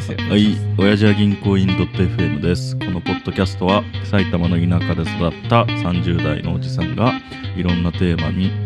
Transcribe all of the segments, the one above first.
生。 はい、親父は銀行員 .fm です。このポッドキャストは埼玉の田舎で育った30代のおじさんがいろんなテーマ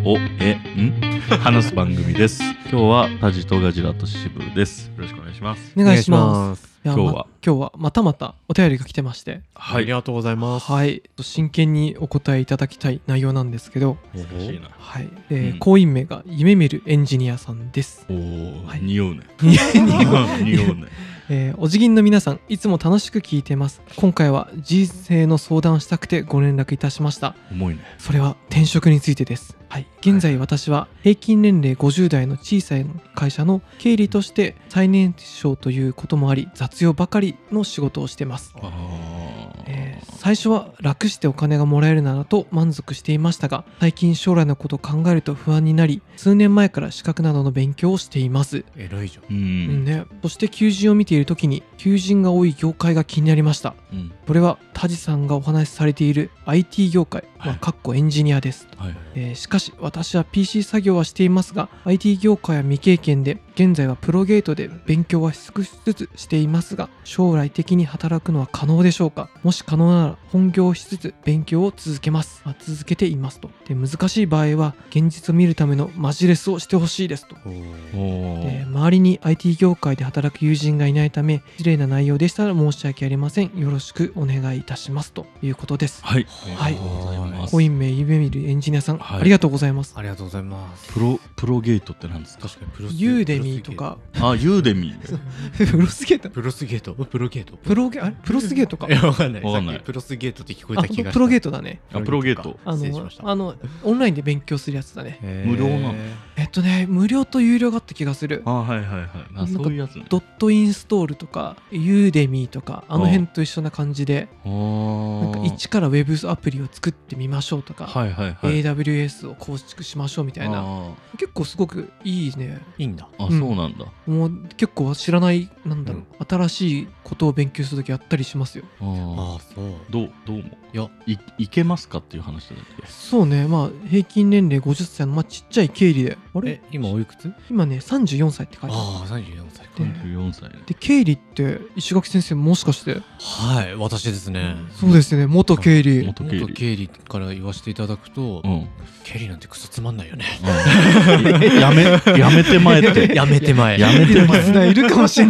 話す番組です。今日はタジとガジラとシブです。よろしくお願いします。 お願いします。 今日はまたまたお便りが来てまして、 はい、ありがとうございます。 はい、真剣にお答えいただきたい内容なんですけど、 難しいな。 はい、行員名が夢見るエンジニアさんです。 はい、匂うね。 匂うね。おじぎんの皆さん、いつも楽しく聞いてます。今回は人生の相談したくてご連絡いたしました。 重いね。 それは転職についてです。はい、現在私は平均年齢50代の小さい会社の経理として最年少ということもあり、雑用ばかりの仕事をしてます。最初は楽してお金がもらえるならと満足していましたが、最近将来のことを考えると不安になり、数年前から資格などの勉強をしています。 偉いじゃん。 ね、そして求人を見ているときに求人が多い業界が気になりました。これはタジさんがお話しされている IT 業界、エンジニアです。しかし私は PC 作業はしていますが、 IT 業界は未経験で、現在はプロゲートで勉強は少しずつしていますが、将来的に働くのは可能でしょうか。もし可能なら本業をしつつ勉強を続けていますと。で、難しい場合は現実を見るためのマジレスをしてほしいですと。で、周りに IT 業界で働く友人がいないため、失礼な内容でしたら申し訳ありません。よろしくお願いいたしますということです。 はい、 はい、コイン名夢見るエンジニアさん、ありがとうございます。 ありがとうございます。 プロゲートって何ですか？ 確かにユーデミーとか。 ユーデミープロスゲートプロスゲートプロスゲートか。 いや、わかんない。プロスゲートって聞こえた気がした。 プロゲートだね。 プロゲート。 オンラインで勉強するやつだね。 無料なの？ 無料と有料があった気がする。 そういうやつね。 ドットインストールとかユーデミーとか、あの辺と一緒な感じで、なんか一からウェブアプリを作ってみましょうとか、AWS を構築しましょうみたいな。結構すごくいいね。 いいんだ。 そうなんだ。 もう結構知らない、新しいことを勉強するときやったりしますよ。 そう。 どうもいけますかっていう話だっけ？ そうね、平均年齢50歳のちっちゃい経理で。あれ今おいくつ？ 今ね34歳って書いてある。 34歳。 34歳で、経理って石垣先生もしかして？ はい、私ですね。 そうですね、元経理。 元経理から言わせていただくと、経理なんてクソつまんないよね。 やめてまえって。 やめてまえいるかもしれない。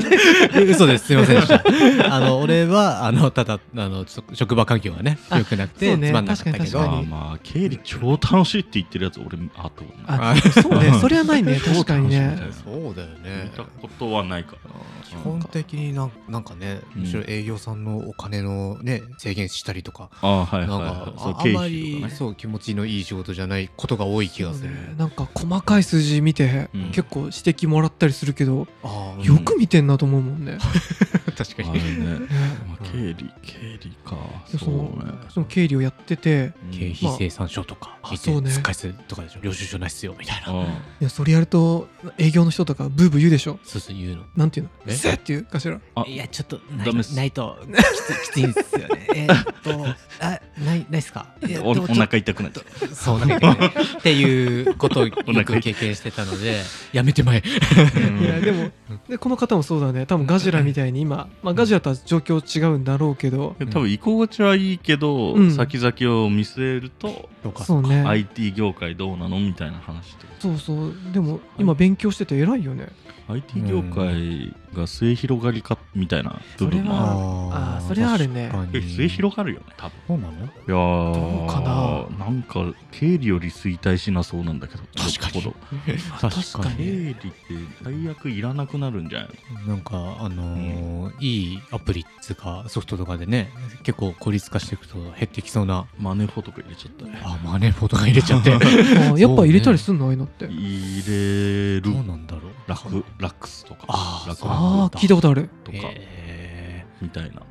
嘘です。すいませんでした。俺はただ職場環境がね良くなくてつまんなかったけど、 経理超楽しいって言ってるやつ俺会ったことない。 そうね、それはないね。確かにね。 そうだよね。 見たことはないから。 基本的になんかね、むしろ営業さんのお金のね制限したりとか、あんまりそう気持ちのいい仕事じゃないことが多い気がする。 なんか細かい数字見て結構指摘もらったりするけど、よく見てんなと思うもんね。 確かに。 経理か。 その経理をやってて、 経費精算書とか見て突っ返すとかでしょ。領収書ないっすよみたいな。 いや、それやると営業の人とかブーブー言うでしょ。 そう言うの。 なんていうの？せっていうかしら。 いや、ちょっとないときついんですよね。ないっすか？ お腹痛くなっちゃう。 そうっていうことをよく経験してたので、やめてまえ。 いや、でもこの方もそうだね。多分ガジラみたいに今、ガジラとは状況違うんだろうけど、 多分居心地はいいけど、先々を見据えると、 そうね、 IT 業界どうなのみたいな話って。 そうでも今勉強してて偉いよね。 IT 業界が末広がりかみたいな部分もそれはあるね。 末広がるよね、多分。 そうなの？ いやどうかな。 なんか経理より衰退しなそうなんだけど。 確かに。 経理って最悪いらなくなるんじゃないの？なんかいいアプリっていうかソフトとかでね、結構効率化していくと減ってきそうな。 マネフォとか入れちゃったね。 マネフォとか入れちゃって。 やっぱ入れたりすんの？ああいうのって。 入れる。 どうなんだろう。 ラックスとか。 聞いたことある。 とかみたいな。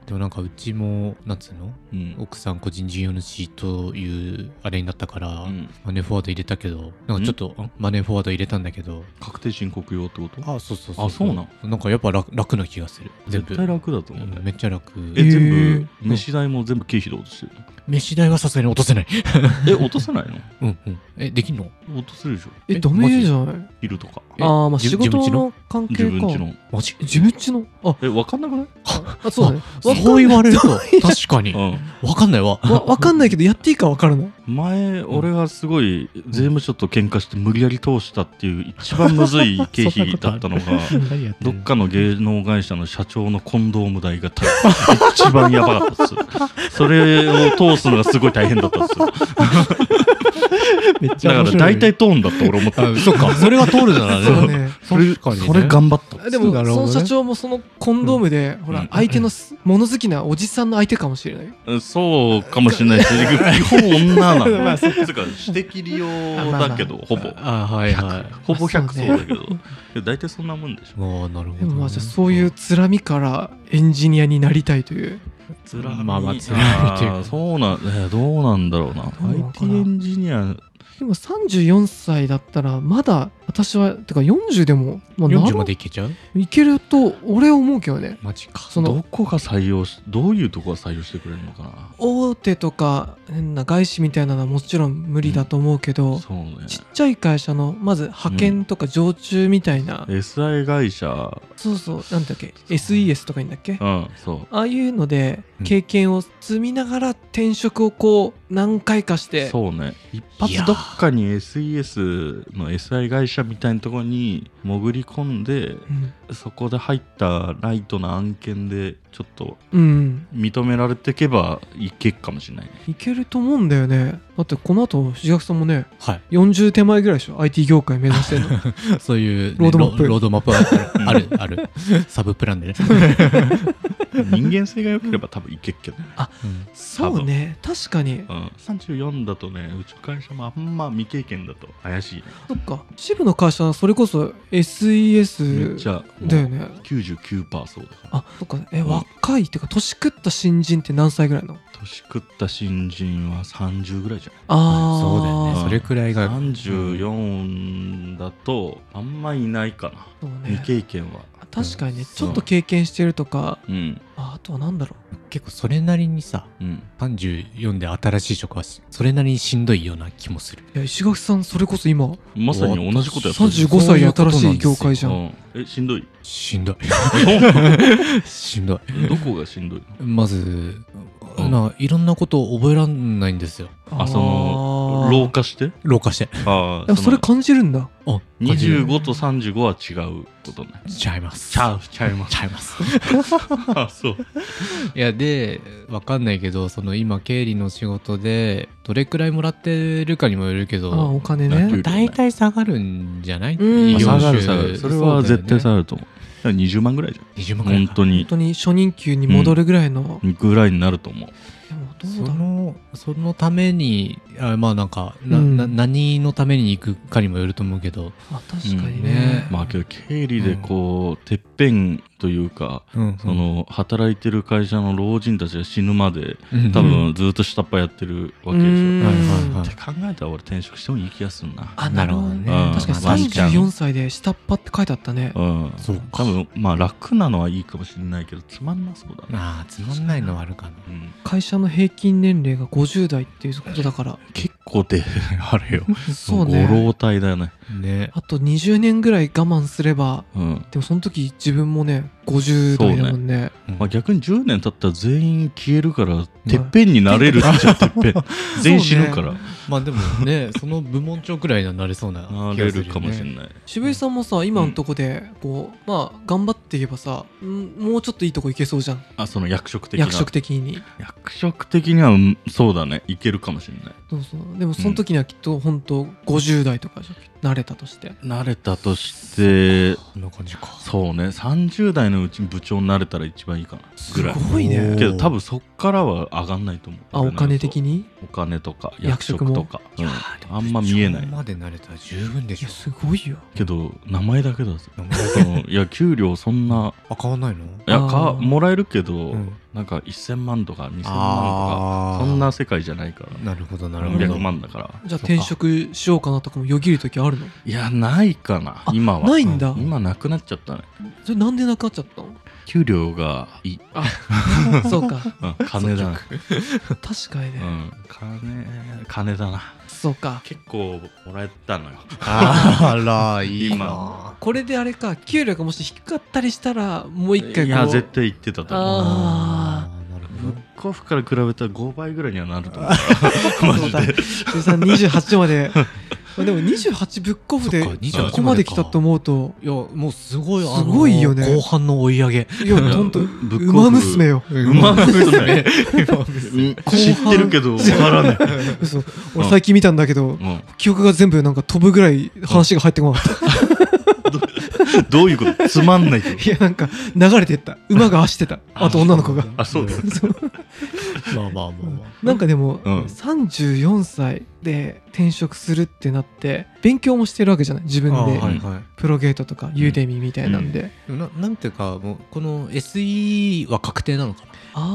でもなんかうちもなんつうの、奥さん個人事業主というあれになったから、マネーフォワード入れたけど、なんかちょっとマネーフォワード入れたんだけど、 確定申告用ってこと？ あ、そうそうそう。 あ、そうなん。 なんかやっぱ楽な気がする。 絶対楽だと思うね。 めっちゃ楽。 全部飯代も全部経費で落としてる？ 飯代はさすがに落とせない。 落とせないの？ できんの？ 落とせるでしょ。 ダメじゃない？ 昼とか。 ああ、まあ仕事の関係か。 自分家の。 マジ？ 自分家の。 分かんなくない？ あ、そうだね。 そう言われると確かに分かんないわ。 分かんないけどやっていいか分からない。 前俺がすごい税務署と喧嘩して無理やり通したっていう一番むずい経費だったのがどっかの芸能会社の社長のコンドーム代が一番やばかったっす。それを通すのがすごい大変だったっす。 めっちゃだから大体通るんだって俺思った。 そっか、それが通るならね。 それ頑張った。 でもその社長もそのコンドームでほら相手の物好きなおじさんの相手かもしれない。 そうかもしれないし、基本女なの。まあそうか、指摘利用だけどほぼ。ほぼ100そうだけど、大体そんなもんでしょ。 なるほど。 でもまあじゃあそういうつらみからエンジニアになりたいという。 つらみっていう。 そうなんどうなんだろうな。IT エンジニア。 でも34歳だったらまだ私はてか40でも、 40までいけちゃう？ いけると俺は思うけどね。 マジか。 どこが採用し、どういうとこが採用してくれるのかな。 大手とか変な外資みたいなのはもちろん無理だと思うけど、 そうね、 ちっちゃい会社のまず派遣とか常駐みたいな、 SI 会社、 そうなんだっけ SES とかいいんだっけ、 そうああいうので経験を積みながら転職をこう何回かして、 そうね、一発どっかに SES の SI 会社みたいなところに潜り込んで、そこで入ったライトな案件でちょっと認められていけばいけるかもしれないね。 いけると思うんだよね。だってこの後志垣さんもね、40手前ぐらいでしょ IT 業界目指してるの。 そういう、 ロードマップはあるサブプランでね。 人間性が良ければ多分いけっけどね。 そうね、確かに、 34だとね、うちの会社もあんま未経験だと怪しいね。 そっか、支部の会社はそれこそ SES めっちゃだよね。 99% そうだ。 そっか、若いっていうか年食った新人って何歳ぐらいなの？ 年食った新人は30ぐらいじゃない？ そうだよね。それくらいが 34だとあんまいないかな、未経験は。 確かにね、ちょっと経験してるとか、あとはなんだろう、 結構それなりにさ、34で新しい職はそれなりにしんどいような気もする。 いや、石垣さんそれこそ今まさに同じことやってる。 35歳で新しい業界じゃん。 しんどい？ しんどい。しんどい。 どこがしんどい？ まずいろんなことを覚えらんないんですよ。 老化してそれ感じるんだ。 25と35は違うことね。 ちゃいます。 ちゃいます。そう。 いや、でわかんないけど、その今経理の仕事でどれくらいもらってるかにもよるけど、 お金ね、 大体下がるんじゃない？ 下がる。それは絶対下がると思う。20万ぐらいじゃん。 20万ぐらい。 本当に初任給に戻るぐらいの、 ぐらいになると思う。 そのために何のために行くかにもよると思うけど、 確かにね。 けど経理でこうてっぺんというか、その働いてる会社の老人たちが死ぬまで多分ずっと下っ端やってるわけでしょ。って考えたら俺転職してもいい気がするな。 なるほどね。 確かに34歳で下っ端って書いてあったね。 そう多分楽なのはいいかもしれないけどつまんなそうだね。 つまんないのはあるかな。 会社の平均年齢が50代っていうことだから結構であれよ。 そうね。 ご老体だよね。 あと20年ぐらい我慢すれば、でもその時自分もね50代だもんね。 逆に10年経ったら全員消えるからてっぺんになれるっちゃてっぺん全員死ぬから。 でもね、その部門長くらいにはなれそうな気がするよね。なれるかもしれない。 渋井さんもさ今のとこでこう頑張っていけばさ、もうちょっといいとこいけそうじゃん。 その役職的に役職的にはそうだね、いけるかもしれない。 そうでもその時にはきっと本当50代とかじゃ慣れたとしてこんな感じか。そうね、30代のうちに部長になれたら一番いいかなぐらい。 すごいね。 けど多分そっからは上がんないと思う。 お金的に？ お金とか役職とか、あんま見えない。 部長までなれたら十分でしょ。 すごいよ。 けど名前だけだぞ。いや給料そんな変わんないの？ いやもらえるけど、なんか1000万とか2000万とかそんな世界じゃないから。 なるほど 100万だから。 じゃあ転職しようかなとかもよぎる時あるの？ いやないかな今は。 ないんだ。 今なくなっちゃったね。 それなんでなくなっちゃったの？ 給料がいい。 そうか。 金だな。 確かにね。 金だな。 そうか。 結構もらえたのよ。 あらいいな。 これであれか、給料がもし低かったりしたらもう一回。 いや絶対言ってたと思う。 なるほど。 ブックオフから比べたら5倍ぐらいにはなると思う。マジで。 28まで。でも28ブックオフでここまで来たと思うと、 いやもうすごいよね。 後半の追い上げ。 いや本当馬娘よ。 馬娘。知ってるけどわからない。 嘘。俺最近見たんだけど、記憶が全部なんか飛ぶぐらい話が入ってこなかった。 どういうこと？つまんない。いやなんか流れてった馬が走ってた。あと女の子が。 あそうだ。 まあなんかでも34歳で転職するってなって勉強もしてるわけじゃない自分で。プロゲートとかユーデミみたいなんで。 なんていうかもうこの SE は確定なのかな。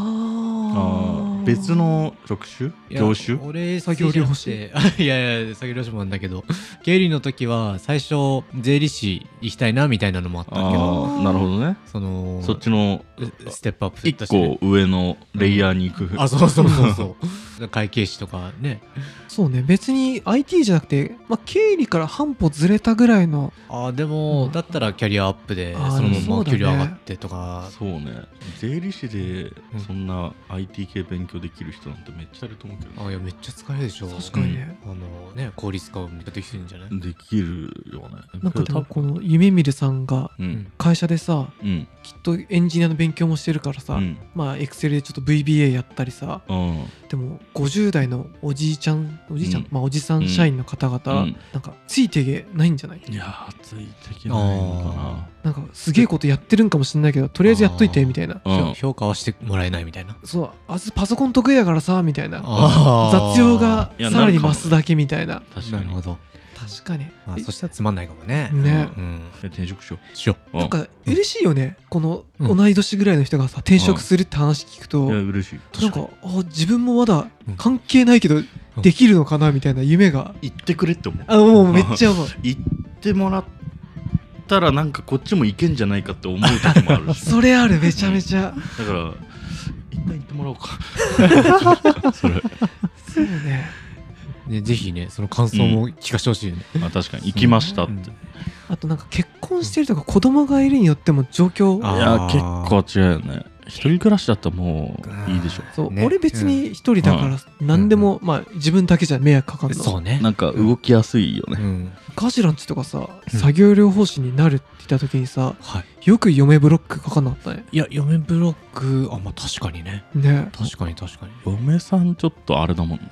別の職種業種？ 俺作業療法士。いや作業療法士もなんだけど、経理の時は最初税理士行きたいなみたいなのもあったけど。 なるほどね。そっちのステップアップ一個上のレイヤーに行く。 そう会計士とかね。 そうね、別に IT じゃなくて、経理から半歩ずれたぐらいの。 でもだったらキャリアアップでそのまま給料上がってとか。 そうね、税理士でそんな IT 系勉強できる人なんてめっちゃいると思うけど。 いやめっちゃ使えるでしょ。 確かにね。 効率化めっちゃできるんじゃない？ できるよね。 なんかでもこの夢見るさんが会社でさ、きっとエンジニアの勉強もしてるからさ、エクセルでちょっと VBA やったりさ、でも50代のおじさん社員の方々、なんかついていけないんじゃない？ いやついていけないのかな。 なんかすげえことやってるんかもしれないけど、とりあえずやっといてみたいな。 評価はしてもらえないみたいな。 そう、パソコン得意やからさみたいな。雑用がさらに増すだけみたいな。 なるほど。 確かに。 そしたらつまんないかもね。 転職しよう。なんか嬉しいよね。この同い年ぐらいの人がさ転職するって話聞くと、 嬉しい。 なんか自分もまだ関係ないけどできるのかなみたいな夢が。 言ってくれって思う。 もうめっちゃ思う。 言ってもらったらなんかこっちもいけんじゃないかって思う時もあるし。 それある、めちゃめちゃ。 だから一旦言ってもらおうか。それ。 そうね。 ぜひねその感想も聞かせてほしいよね。 確かに行きましたって。 あとなんか結婚してるとか子供がいるによっても状況。 いや結構違うよね。一人暮らしだったらもういいでしょ。 そう、俺別に一人だから何でも自分だけじゃ迷惑かかるの。 そうね。 なんか動きやすいよね。 ガジランチとかさ作業療法士になるって言った時にさ、よく嫁ブロックかかんなかったね。 いや嫁ブロック確かにね。確かに嫁さんちょっとあれだもんね。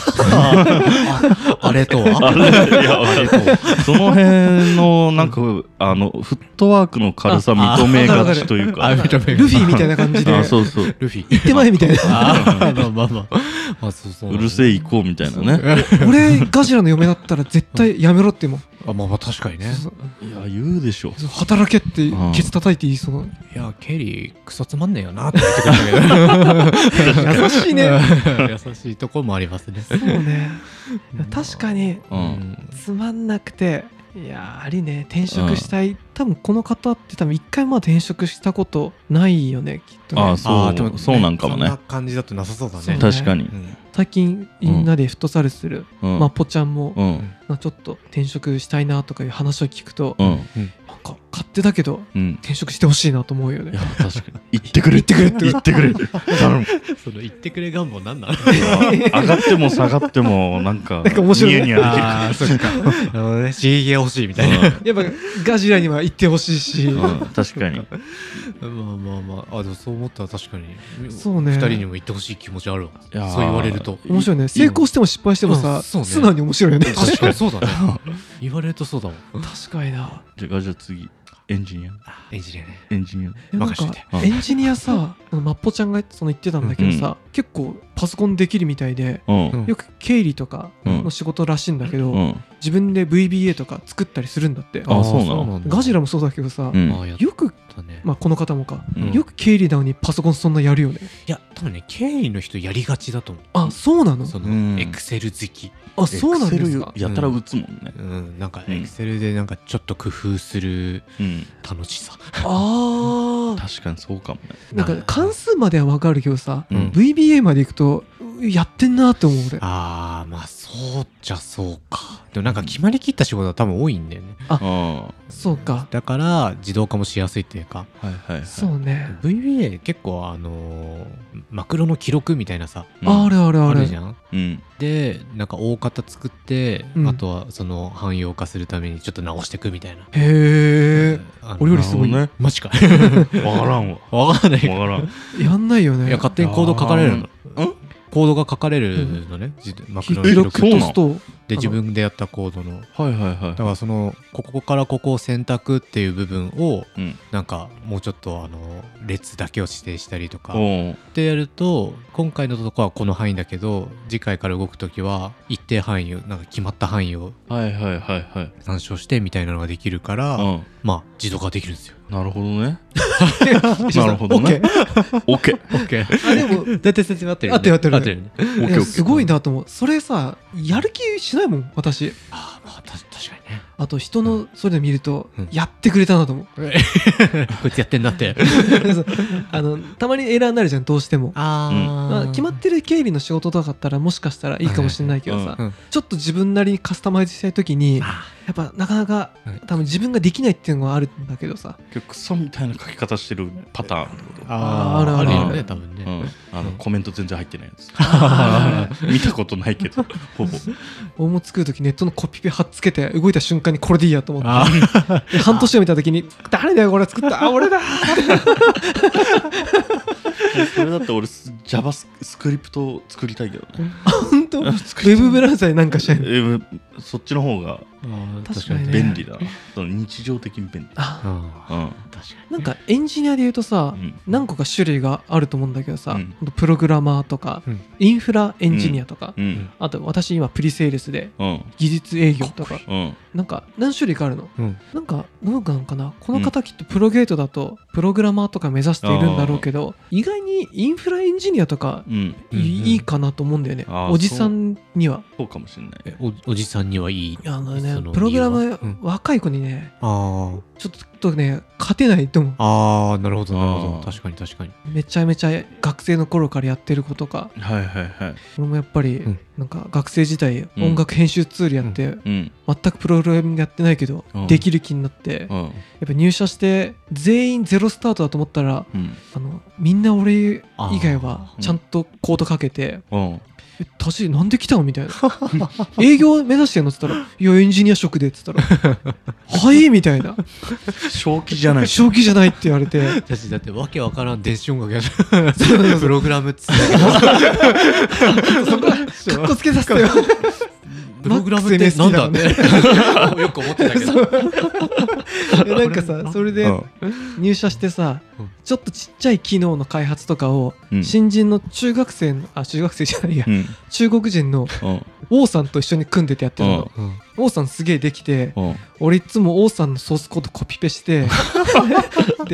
あれとはその辺のなんかフットワークの軽さ認めがちというか、 ルフィみたいな感じで。 そうルフィ行ってまえみたいな。 うるせえ行こうみたいなね。 俺ガジラの嫁だったら絶対やめろっても。 確かにね。 いや言うでしょ。 働けってケツ叩いて言いそう。 いや経理クソつまんねえよなって言ってくれたけど。 優しいね。 優しいところもありますね。 そうね。確かにつまんなくて。いやありね、転職したい。多分この方って多分一回転職したことないよねきっとね。 そうなんかもね。 そんな感じだとなさそうだね。 確かに。 最近みんなでフットサルするまぽちゃんもちょっと転職したいなとかいう話を聞くと、なんか勝手だけど、転職してほしいなと思うよね。 いや確かに言ってくれ頼む。 その言ってくれ願望なんなの？ 上がっても下がってもなんか面白い。 ニヤニヤできる。 ああそっか。刺激が欲しいみたいな。 やっぱガジラには言ってほしいし。 確かに。 まあでもそう思ったら確かに。 そうね。 2人にも言ってほしい気持ちあるわ。そう言われると面白いね。成功しても失敗してもさ、素直に面白いよね。 確かにそうだね。言われるとそうだもん。 確かにな。 じゃあ次エンジニア任せて。エンジニアさ、マッポちゃんが言ってたんだけどさ、結構パソコンできるみたいで、よく経理とかの仕事らしいんだけど、自分で VBA とか作ったりするんだって。 あ、そうなの。 ガジラもそうだけどさ、よくまあこの方もか、よく経理なのにパソコンそんなやるよね。 いや多分ね、経理の人やりがちだと思う。 あ、そうなの。 そのエクセル好き。 あ、そうなんですか。 やたら打つもんね。 なんかエクセルでなんかちょっと工夫する楽しさ。 ああ、 確かにそうかもね。 なんか関数までは分かるけどさ、VBA までいくとやってんなって思う俺。 ああ、まあそうじゃそうか。でもなんか決まりきった仕事は多分多いんだよね。 あ、そうか。 だから自動化もしやすいっていうか。 そうね。 VBA 結構マクロの記録みたいなさ、 あるじゃん。でなんか大型作って、あとはその汎用化するためにちょっと直していくみたいな。 へえ。俺よりすごいね。 マジか。 わからんわ。 わからない。 やんないよね。 いや勝手にコード書かれるの。コードが書かれるのね。マクロ記録とストで自分でやったコードの。 だからそのここからここを選択っていう部分をなんかもうちょっと列だけを指定したりとかってやると、今回のとこはこの範囲だけど次回から動くときは一定範囲をなんか決まった範囲を参照してみたいなのができるから、まあ自動化できるんですよ。 なるほどね。なるほどね。オッケー。 あ、でも大体説明合ってるよね。 合ってる。 オッケー。 すごいなと思う。それさ、やる気しないもん私。 あ、まあ確かにね。 あと人のそれで見るとやってくれたなと思う。 こいつやってんだって。 たまにエラーになるじゃん、どうしても。決まってる経理の仕事とかだったらもしかしたらいいかもしれないけどさ、ちょっと自分なりにカスタマイズしたいときにやっぱなかなか多分自分ができないっていうのがあるんだけどさ、 クソみたいな書き方してるパターンってこと。 あるよね、多分ね。 コメント全然入ってないやつ。見たことないけど、ほぼ。 大物作るときネットのコピペ貼っつけて動いた瞬間にこれでいいやと思って、半年を見たときに誰だよこれ作った、俺だ。 それだって俺 Java スクリプトを作りたいけどね。 本当？ウェブブラウザでなんかしたい。 そっちの方が確かに便利だな。日常的に便利。 確かに。 なんかエンジニアで言うとさ、何個か種類があると思うんだけどさ、プログラマーとかインフラエンジニアとか、あと私今プリセールスで技術営業とか、なんか何種類かあるの。なんかどうなのかな、この方きっとプロゲートだとプログラマーとか目指しているんだろうけど、意外にインフラエンジニアとかいいかなと思うんだよね、おじさんには。 そうかもしれない。 おじさんにはいい。 プログラム若い子にね、ちょっとね勝てないと思う。 ああ、なるほどなるほど。確かに確かに。 めちゃめちゃ学生の頃からやってる子とか、俺もやっぱりなんか学生時代音楽編集ツールやって全くプログラミングやってないけどできる気になって、やっぱ入社して全員ゼロスタートだと思ったら、みんな俺以外はちゃんとコードかけて、タジなんで来たのみたいな。営業目指してんのって言ったら、いやエンジニア職でって言ったら、はいみたいな。 正気じゃないって言われて。 だってわけわからん電子音楽やる。プログラムっつって。 そこはかっこつけさせてよ。 プログラムってなんだね。よく思ってたけど。 なんかさ、それで入社してさ、ちょっとちっちゃい機能の開発とかを新人の中学生じゃないや、中国人の王さんと一緒に組んでてやってるの。王さんすげえできて、俺いつも王さんのソースコードコピペしてで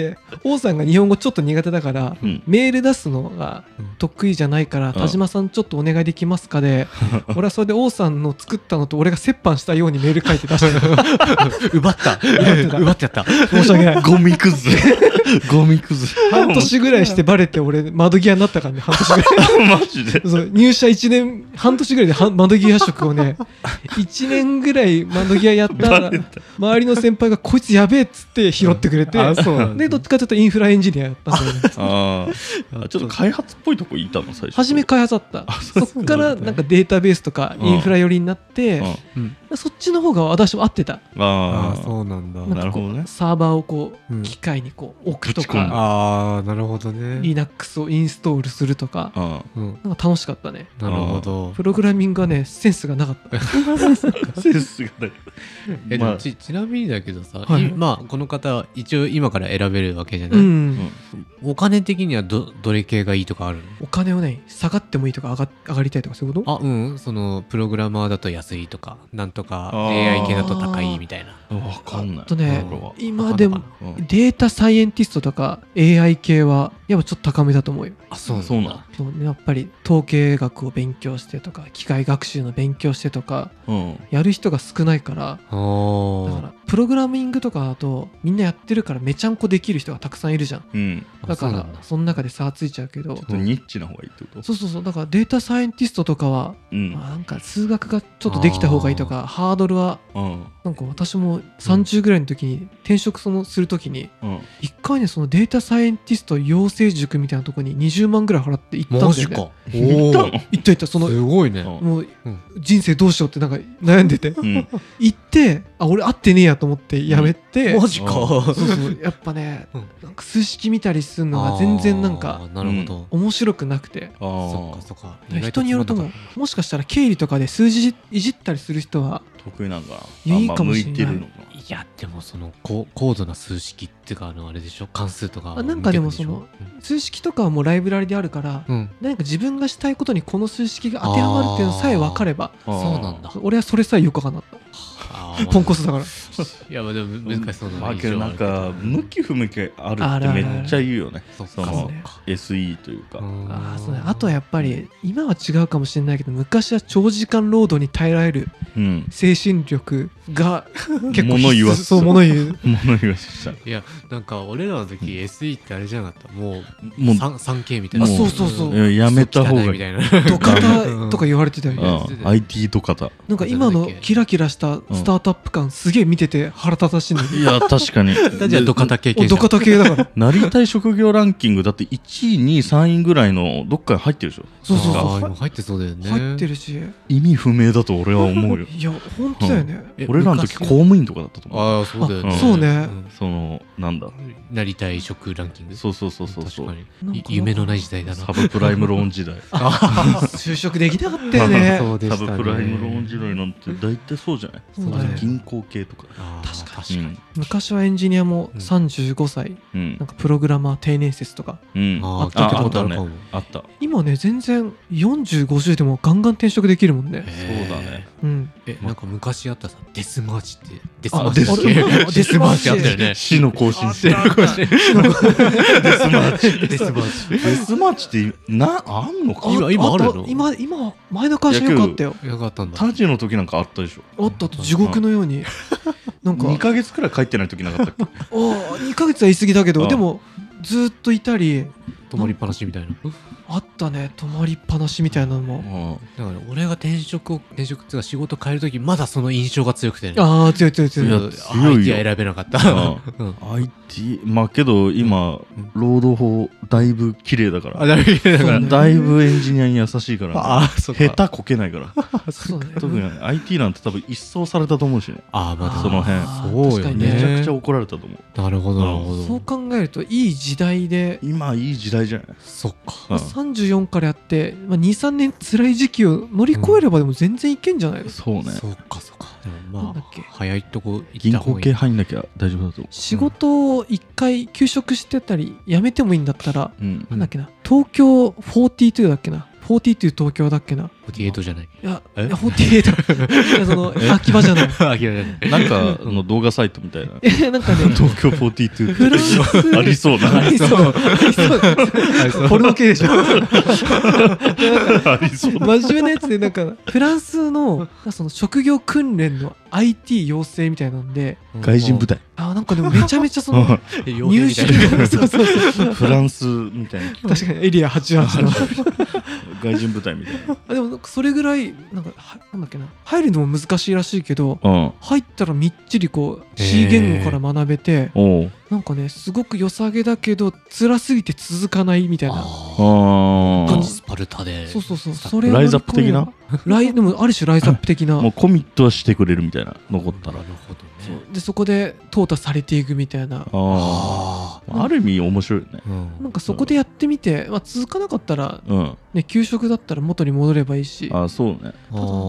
王さんが日本語ちょっと苦手だから、メール出すのが得意じゃないから、田島さんちょっとお願いできますかで、俺はそれで王さんの作ったのと俺が折半したようにメール書いて出して奪ってやった。 申し訳ない。 ゴミくずゴミくず。 半年ぐらいしてバレて俺窓際になったからね、半年ぐらいマジで。 そう入社1年半年ぐらいで窓際職をね1年ぐらい窓際やったら周りの先輩がこいつやべえっつって拾ってくれて、でどっちかというとインフラエンジニアやったんだよね。 ちょっと開発っぽいとこいたの最初。 初め開発だった。そっからなんかデータベースとかインフラ寄りになって、そっちの方が私も合ってた。 ああそうなんだ。 なるほどね。 サーバーをこう機械にこう置くとか、 ああなるほどね。 Linux をインストールするとか、なんか楽しかったね。 なるほど。 プログラミングはねセンスがなかった。 センスがない。 ちなみにだけどさ、まあこの方は一応今から選べるわけじゃない。お金的にはどれ系がいいとかあるの？ お金をね下がってもいいとか上がりたいとかそういうこと？ そのプログラマーだと安いとかなんとか AI 系だと高いみたいな。 わかんない。 今でもデータサイエンティストとか AI 系はやっぱちょっと高めだと思うよ。 そうなんやっぱり統計学を勉強してとか機械学習の勉強してとかやる人が少ないから、だからプログラミングとかだとみんなやってるからめちゃんこできる人がたくさんいるじゃん。だからその中で差はついちゃうけど、 ちょっとニッチな方がいいってこと？ そうだからデータサイエンティストとかは、なんか数学がちょっとできた方がいいとかハードルはなんか私も30ぐらいの時に転職する時に一回ねそのデータサイエンティスト養成塾みたいなとこに20万ぐらい払って行ったんだよね。行ったそのすごいね。 もう人生どうしようってなんか悩んでて行って俺合ってねえやと思ってやめて、 マジか。 そうやっぱねなんか数式見たりするのが全然なんか面白くなくて、 そっか人によるともしかしたら経理とかで数字いじったりする人は得意なんかいいかもしれない。 いやでもその高度な数式っていうかあれでしょ、関数とかなんかでもその数式とかはもうライブラリであるから、何か自分がしたいことにこの数式が当てはまるっていうのさえ分かれば、 そうなんだ。 俺はそれさえよく分かんなかった。ポンコツだから。 いやでも難しそうだな。けどなんか向き不向きあるってめっちゃ言うよね。その SE というか。 そうね。あとはやっぱり今は違うかもしれないけど、昔は長時間労働に耐えられる精神力が結構物言わす。 そう物言う。 物言わしした。 いやなんか俺らの時 SE ってあれじゃなかった。もう 3K みたいな。 そうやめた方がいいみたいな。 ドカタとか言われてたよね。 IT ドカタ。 なんか今のキラキラしたスタートアップ感すげえ見てて腹立たしいんだけど。 いや確かに。 じゃあドカタ系ドカタ系だから。 なりたい職業ランキングだって1位2位3位ぐらいのどっかに入ってるでしょ。 そう入ってそうだよね。 入ってるし意味不明だと俺は思うよ。 いや本当だよね。 俺らの時公務員とかだったと思う。 そうだよね。 そうね。 そのなんだなりたい職ランキング。 そう夢のない時代だな。 サブプライムローン時代。 就職できなかったよね。 サブプライムローン時代なんて大体そうじゃない。銀行系とか。 確かに。昔はエンジニアも35歳なんかプログラマー定年説とかあったけど、 あった。 今ね全然40、50でもガンガン転職できるもんね。 そうだね。 なんか昔あったさデスマーチってデスマーチあったよね。 死の更新してる。デスマーチってあんのか。 今あるの？ 今前の会社よかったよ。 よかったんだ。 タジの時なんかあったでしょ。 あったと地獄のように。なんか 2ヶ月くらい帰ってない時なかったっけ。 2ヶ月は言い過ぎだけどでもずっといたり泊まりっぱなしみたいな。 あったね、泊まりっぱなしみたいなのも。 だから俺が転職っていうか仕事変える時まだその印象が強くてね。 強い。 IT は選べなかった。 IT まあけど今労働法だいぶ綺麗だから。 だいぶエンジニアに優しいから。下手こけないから。特に IT なんて多分一掃されたと思うしね。 まだその辺。 そうよね。 めちゃくちゃ怒られたと思う。 なるほど。 そう考えるといい時代で。 今いい時代じゃない。 そっか。 34からやって、2、3年辛い時期を乗り越えればでも全然いけんじゃない？ そうね。 そうか。でも早いとこ銀行系入んなきゃ大丈夫だと思う。 仕事を1回休職してたり辞めてもいいんだったら、なんだっけな、東京42だっけな、 42東京だっけな。 48じゃない。 いや48。いやその秋葉じゃない。 秋葉じゃない。 なんかの動画サイトみたいな。 なんかね、 東京42 フランスありそうな。 ありそう。ポルノ系でしょ。 ありそう。 真面目なやつでなんかフランスのその職業訓練の IT 養成みたいなんで、 外人部隊。 なんかでもめちゃめちゃその入手そうフランスみたいな。 確かにエリア88の外人部隊みたいな。 でもなんかそれぐらいなんだっけな、入るのも難しいらしいけど、入ったらみっちりこう C 言語から学べて、なんかねすごく良さげだけど辛すぎて続かないみたいな感じ。スパルタで。 そうそれライズアップ的な。 でもある種ライズアップ的な。 もうコミットはしてくれるみたいな、残ったら。 なるほどね。 でそこで淘汰されていくみたいな。 ある意味面白いよね。 なんかそこでやってみて、続かなかったらね、給食だったら元に戻ればいいし。 そうね。 ただなんか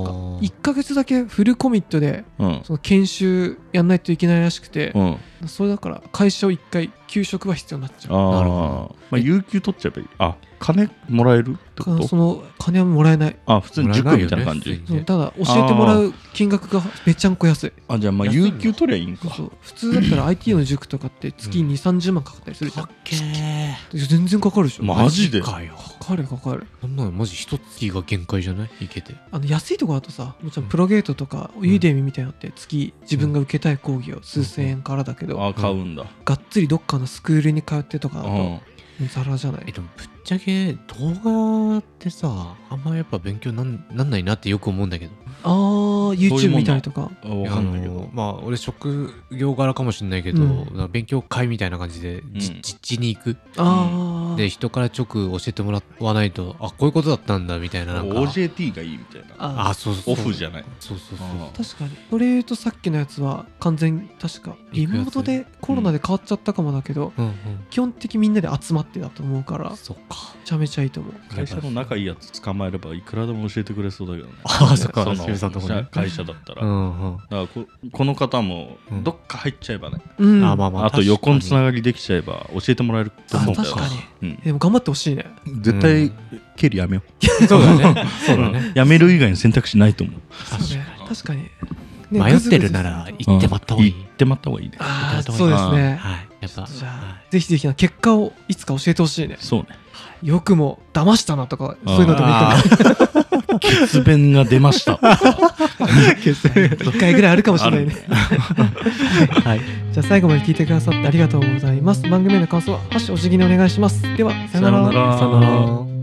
1ヶ月だけフルコミットでその研修やんないといけないらしくて、それだから会社を1回給食は必要になっちゃう。 なるほど。有給取っちゃえばいい。金もらえるってこと？ その金はもらえない。 普通に塾みたいな感じ。 ただ教えてもらう金額がめちゃんこ安い。 じゃあ有給取りゃいいんか。 普通だったら IT の塾とかって月に30万かかったりするじゃん。全然かかるでしょ。 マジで？ かかる。 そんなのマジ一月が限界じゃない？いけて。 安いとこだとさ、もちろんプロゲートとかユーデミみたいなのって月自分が受けたい講義を数千円からだけど、 買うんだ。 がっつりどっかのスクールに通ってとかだとザラじゃない。 でもぶっちゃけ動画ってさ、あんまやっぱ勉強なんないなってよく思うんだけど。 YouTube 見たりとか。 俺職業柄かもしれないけど、勉強会みたいな感じで実地に行く。で人から直教えてもらわないと、こういうことだったんだみたいな。なんか OJT がいいみたいな。 そうオフじゃない。 そう確かに。それ言うとさっきのやつは完全に確かリモートでコロナで変わっちゃったかもだけど、基本的みんなで集まってだと思うから、めちゃめちゃいいと思う。 会社の仲いいやつ捕まえればいくらでも教えてくれそうだけどね。 そっか。 会社だったら。だからこの方もどっか入っちゃえばね。あと横のつながりできちゃえば教えてもらえると思うんだよ。 確かに。でも頑張ってほしいね。 絶対経理やめよう。そうだね。 やめる以外の選択肢ないと思う。 確かに。 迷ってるなら行ってまった方がいい。 行ってまった方がいいね。 そうですね。 やっぱじゃあぜひ結果をいつか教えてほしいね。 そうね。 よくも騙したなとかそういうのでもいいかも。血便が出ました。 1回ぐらいあるかもしれないね。じゃあ最後まで聞いてくださってありがとうございます。番組への感想はハッシュお辞儀にお願いします。ではさよなら。